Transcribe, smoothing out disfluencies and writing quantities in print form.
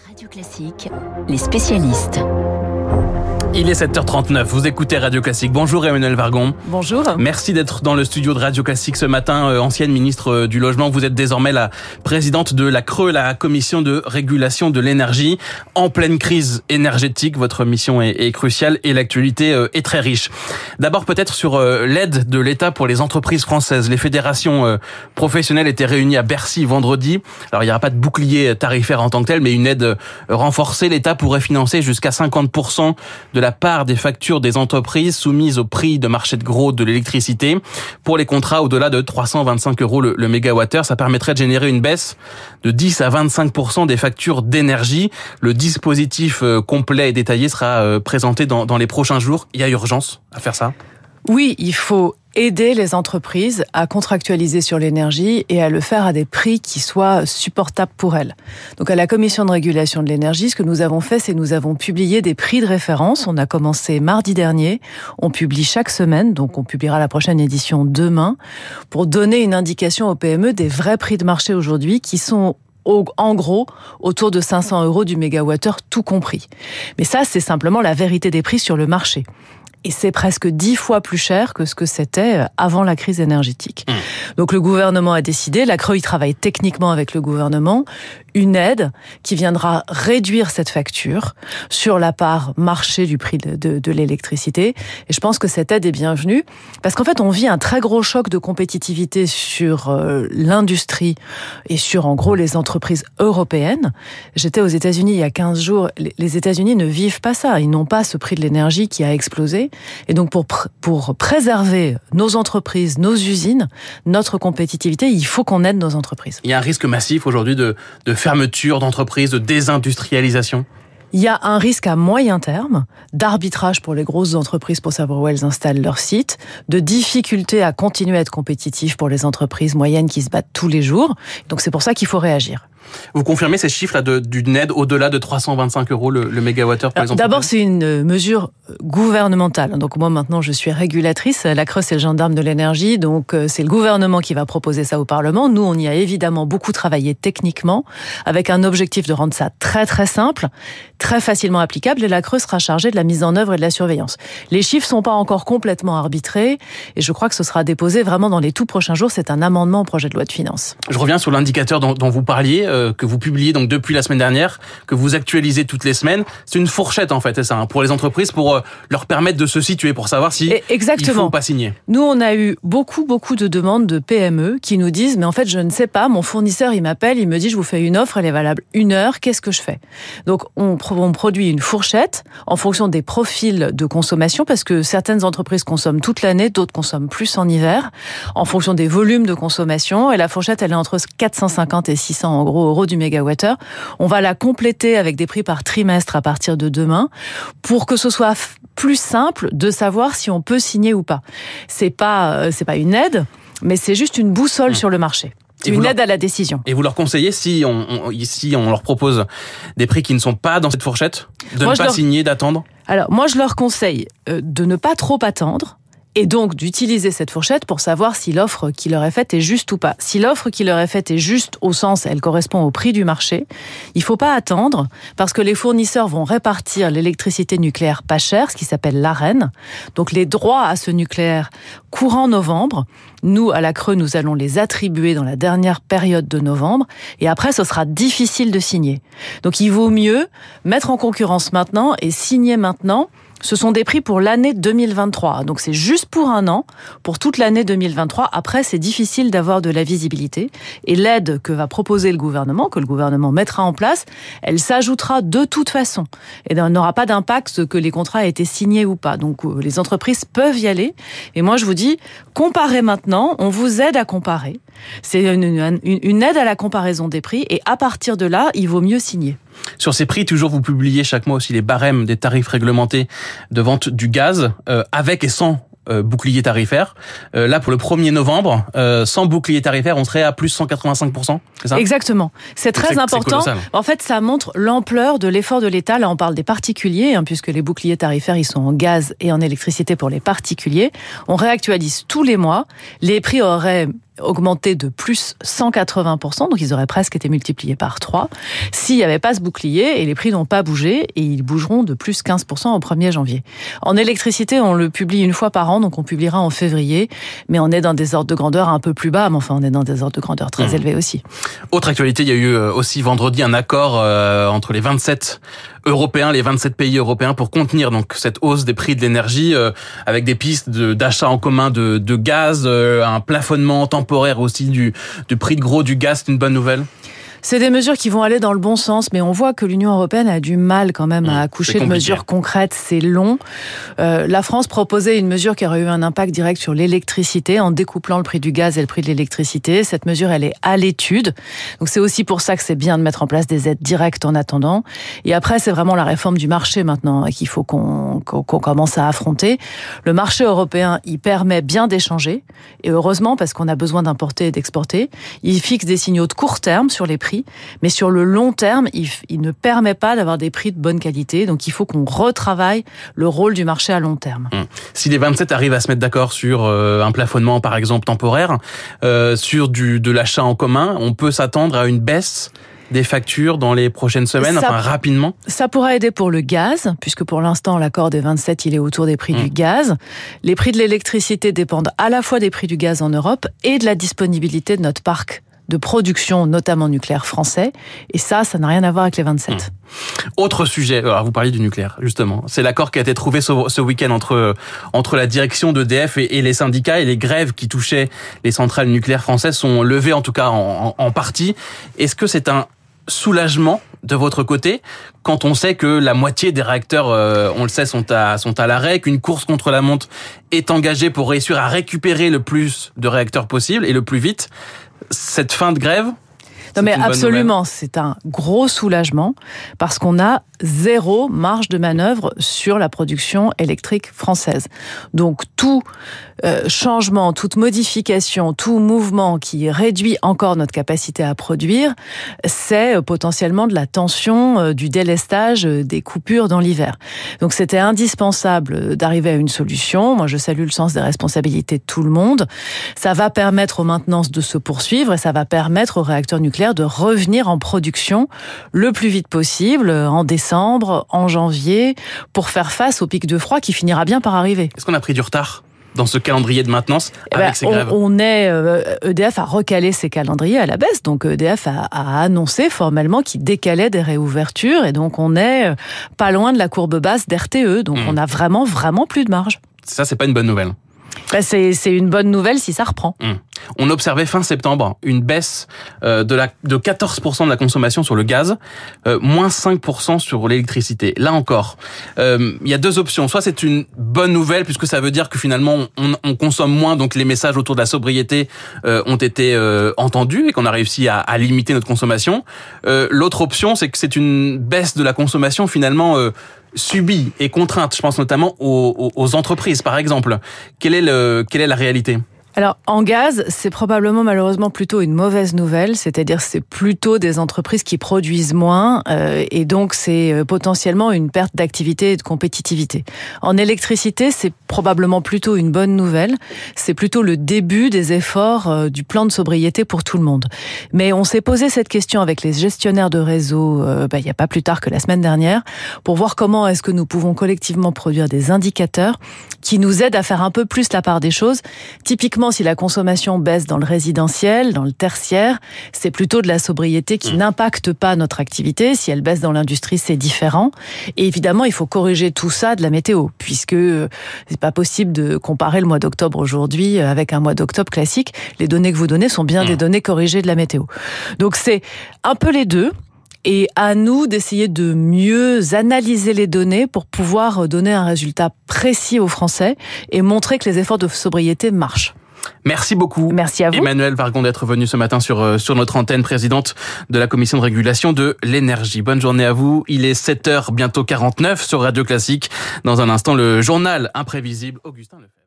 Radio Classique, les spécialistes. Il est 7h39, vous écoutez Radio Classique. Bonjour Emmanuelle Wargon. Bonjour. Merci d'être dans le studio de Radio Classique ce matin. Ancienne ministre du Logement, vous êtes désormais la présidente de la CRE, la Commission de régulation de l'énergie. En pleine crise énergétique, votre mission est cruciale et l'actualité est très riche. D'abord peut-être sur l'aide de l'État pour les entreprises françaises. Les fédérations professionnelles étaient réunies à Bercy vendredi. Alors il n'y aura pas de bouclier tarifaire en tant que tel, mais une aide renforcée. L'État pourrait financer jusqu'à 50% de la part des factures des entreprises soumises au prix de marché de gros de l'électricité. Pour les contrats au-delà de 325 € le mégawattheure, ça permettrait de générer une baisse de 10 à 25% des factures d'énergie. Le dispositif complet et détaillé sera présenté dans les prochains jours. Il y a urgence à faire ça ? Oui, il faut aider les entreprises à contractualiser sur l'énergie et à le faire à des prix qui soient supportables pour elles. Donc à la Commission de régulation de l'énergie, ce que nous avons fait, c'est nous avons publié des prix de référence. On a commencé mardi dernier. On publie chaque semaine, donc on publiera la prochaine édition demain, pour donner une indication aux PME des vrais prix de marché aujourd'hui qui sont en gros, autour de 500 € du mégawattheure, tout compris. Mais ça, c'est simplement la vérité des prix sur le marché. Et c'est presque 10 fois plus cher que ce que c'était avant la crise énergétique. Donc le gouvernement a décidé, la CRE travaille techniquement avec le gouvernement, une aide qui viendra réduire cette facture sur la part marché du prix de l'électricité. Et je pense que cette aide est bienvenue parce qu'en fait, on vit un très gros choc de compétitivité sur l'industrie et sur, en gros, les entreprises européennes. J'étais aux États-Unis il y a 15 jours. Les États-Unis ne vivent pas ça. Ils n'ont pas ce prix de l'énergie qui a explosé. Et donc, pour préserver nos entreprises, nos usines, notre compétitivité, il faut qu'on aide nos entreprises. Il y a un risque massif aujourd'hui de fermeture d'entreprises, de désindustrialisation ? Il y a un risque à moyen terme d'arbitrage pour les grosses entreprises pour savoir où elles installent leurs sites, de difficulté à continuer à être compétitif pour les entreprises moyennes qui se battent tous les jours. Donc c'est pour ça qu'il faut réagir. Vous confirmez ces chiffres-là d'une aide au-delà de 325 € le mégawattheure pour les entreprises ? D'abord, c'est une mesure gouvernementale. Donc moi, maintenant, je suis régulatrice. La CRE, c'est le gendarme de l'énergie. Donc c'est le gouvernement qui va proposer ça au Parlement. Nous, on y a évidemment beaucoup travaillé techniquement avec un objectif de rendre ça très, très simple, très facilement applicable. Et la CRE sera chargée de la mise en œuvre et de la surveillance. Les chiffres sont pas encore complètement arbitrés. Et je crois que ce sera déposé vraiment dans les tout prochains jours. C'est un amendement au projet de loi de finances. Je reviens sur l'indicateur dont vous parliez, que vous publiez donc depuis la semaine dernière, que vous actualisez toutes les semaines. C'est une fourchette en fait, c'est ça, pour les entreprises, pour leur permettre de se situer, pour savoir si il faut pas signer. Nous, on a eu beaucoup de demandes de PME qui nous disent, mais en fait, je ne sais pas, mon fournisseur, il m'appelle, il me dit, je vous fais une offre, elle est valable 1 heure, qu'est-ce que je fais ? Donc, on produit une fourchette en fonction des profils de consommation, parce que certaines entreprises consomment toute l'année, d'autres consomment plus en hiver, en fonction des volumes de consommation, et la fourchette, elle est entre 450 et 600 en gros euros du mégawattheure. On va la compléter avec des prix par trimestre à partir de demain pour que ce soit plus simple de savoir si on peut signer ou pas. C'est pas une aide, mais c'est juste une boussole sur le marché. C'est une aide à la décision. Et vous leur conseillez, si on leur propose des prix qui ne sont pas dans cette fourchette, de ne pas signer, d'attendre ? Alors, moi, je leur conseille de ne pas trop attendre, et donc d'utiliser cette fourchette pour savoir si l'offre qui leur est faite est juste ou pas. Si l'offre qui leur est faite est juste au sens, elle correspond au prix du marché, il faut pas attendre parce que les fournisseurs vont répartir l'électricité nucléaire pas chère, ce qui s'appelle l'Arenh. Donc les droits à ce nucléaire courant novembre, nous, à la CRE, nous allons les attribuer dans la dernière période de novembre et après, ce sera difficile de signer. Donc il vaut mieux mettre en concurrence maintenant et signer maintenant. Ce sont des prix pour l'année 2023. Donc c'est juste pour 1 an, pour toute l'année 2023. Après, c'est difficile d'avoir de la visibilité. Et l'aide que va proposer le gouvernement, que le gouvernement mettra en place, elle s'ajoutera de toute façon. Et elle n'aura pas d'impact que les contrats aient été signés ou pas. Donc les entreprises peuvent y aller. Et moi, je vous dis, comparez maintenant. On vous aide à comparer. C'est une aide à la comparaison des prix. Et à partir de là, il vaut mieux signer. Sur ces prix, toujours, vous publiez chaque mois aussi les barèmes des tarifs réglementés de vente du gaz, avec et sans bouclier tarifaire. Là, pour le 1er novembre, sans bouclier tarifaire, on serait à plus 185%, c'est ça ? Exactement. C'est très important. En fait, ça montre l'ampleur de l'effort de l'État. Là, on parle des particuliers, puisque les boucliers tarifaires, ils sont en gaz et en électricité pour les particuliers. On réactualise tous les mois. Les prix auraient augmenté de plus 180%, donc ils auraient presque été multipliés par 3, s'il n'y avait pas ce bouclier, et les prix n'ont pas bougé, et ils bougeront de plus 15% au 1er janvier. En électricité, on le publie une fois par an, donc on publiera en février, mais on est dans des ordres de grandeur un peu plus bas, mais enfin on est dans des ordres de grandeur très élevés aussi. Autre actualité, il y a eu aussi vendredi un accord entre les 27 européens, les 27 pays européens pour contenir donc cette hausse des prix de l'énergie avec des pistes d'achat en commun de gaz, un plafonnement temporaire aussi du prix de gros du gaz. C'est une bonne nouvelle? C'est des mesures qui vont aller dans le bon sens, mais on voit que l'Union européenne a du mal quand même à accoucher de mesures concrètes. C'est long. La France proposait une mesure qui aurait eu un impact direct sur l'électricité en découplant le prix du gaz et le prix de l'électricité. Cette mesure, elle est à l'étude. Donc c'est aussi pour ça que c'est bien de mettre en place des aides directes en attendant. Et après, c'est vraiment la réforme du marché maintenant qu'il faut qu'on commence à affronter. Le marché européen, il permet bien d'échanger. Et heureusement, parce qu'on a besoin d'importer et d'exporter. Il fixe des signaux de court terme sur les prix. Mais sur le long terme, il ne permet pas d'avoir des prix de bonne qualité. Donc il faut qu'on retravaille le rôle du marché à long terme. Si les 27 arrivent à se mettre d'accord sur un plafonnement, par exemple, temporaire, sur de l'achat en commun, on peut s'attendre à une baisse des factures dans les prochaines semaines, rapidement? Ça pourra aider pour le gaz, puisque pour l'instant, l'accord des 27, il est autour des prix du gaz. Les prix de l'électricité dépendent à la fois des prix du gaz en Europe et de la disponibilité de notre parc de production, notamment nucléaire français. Et ça n'a rien à voir avec les 27. Autre sujet, alors vous parliez du nucléaire, justement. C'est l'accord qui a été trouvé ce week-end entre la direction d'EDF et les syndicats, et les grèves qui touchaient les centrales nucléaires françaises sont levées, en tout cas en partie. Est-ce que c'est un soulagement de votre côté quand on sait que la moitié des réacteurs, on le sait, sont à l'arrêt, qu'une course contre la montre est engagée pour réussir à récupérer le plus de réacteurs possible et le plus vite? Cette fin de grève? Non mais absolument, c'est un gros soulagement parce qu'on a zéro marge de manœuvre sur la production électrique française. Donc tout changement, toute modification, tout mouvement qui réduit encore notre capacité à produire, c'est potentiellement de la tension, du délestage, des coupures dans l'hiver. Donc c'était indispensable d'arriver à une solution. Moi je salue le sens des responsabilités de tout le monde. Ça va permettre aux maintenances de se poursuivre et ça va permettre aux réacteurs nucléaires de revenir en production le plus vite possible, en décembre, en janvier, pour faire face au pic de froid qui finira bien par arriver. Est-ce qu'on a pris du retard dans ce calendrier de maintenance avec ces grèves? EDF a recalé ses calendriers à la baisse, donc EDF a annoncé formellement qu'il décalait des réouvertures, et donc on est pas loin de la courbe basse d'RTE, donc on a vraiment plus de marge. Ça, c'est pas une bonne nouvelle. C'est une bonne nouvelle si ça reprend. On observait fin septembre une baisse de 14% de la consommation sur le gaz, moins 5% sur l'électricité. Là encore, il y a deux options. Soit c'est une bonne nouvelle puisque ça veut dire que finalement on consomme moins, donc les messages autour de la sobriété ont été entendus et qu'on a réussi à limiter notre consommation. L'autre option, c'est que c'est une baisse de la consommation finalement subie et contrainte. Je pense notamment aux entreprises, par exemple. Quelle est la réalité ? Alors, en gaz, c'est probablement malheureusement plutôt une mauvaise nouvelle, c'est-à-dire c'est plutôt des entreprises qui produisent moins et donc c'est potentiellement une perte d'activité et de compétitivité. En électricité, c'est probablement plutôt une bonne nouvelle, c'est plutôt le début des efforts du plan de sobriété pour tout le monde. Mais on s'est posé cette question avec les gestionnaires de réseau il n'y a pas plus tard que la semaine dernière pour voir comment est-ce que nous pouvons collectivement produire des indicateurs qui nous aident à faire un peu plus la part des choses. Typiquement, si la consommation baisse dans le résidentiel, dans le tertiaire, c'est plutôt de la sobriété qui n'impacte pas notre activité. Si elle baisse dans l'industrie, c'est différent. Et évidemment, il faut corriger tout ça de la météo, puisque c'est pas possible de comparer le mois d'octobre aujourd'hui avec un mois d'octobre classique. Les données que vous donnez sont bien des données corrigées de la météo. Donc c'est un peu les deux. Et à nous d'essayer de mieux analyser les données pour pouvoir donner un résultat précis aux Français et montrer que les efforts de sobriété marchent. Merci beaucoup. Merci à vous. Emmanuelle Vargon d'être venue ce matin sur notre antenne, présidente de la Commission de régulation de l'énergie. Bonne journée à vous. Il est 7h, bientôt 49 sur Radio Classique. Dans un instant, le journal imprévisible. Augustin Lefebvre.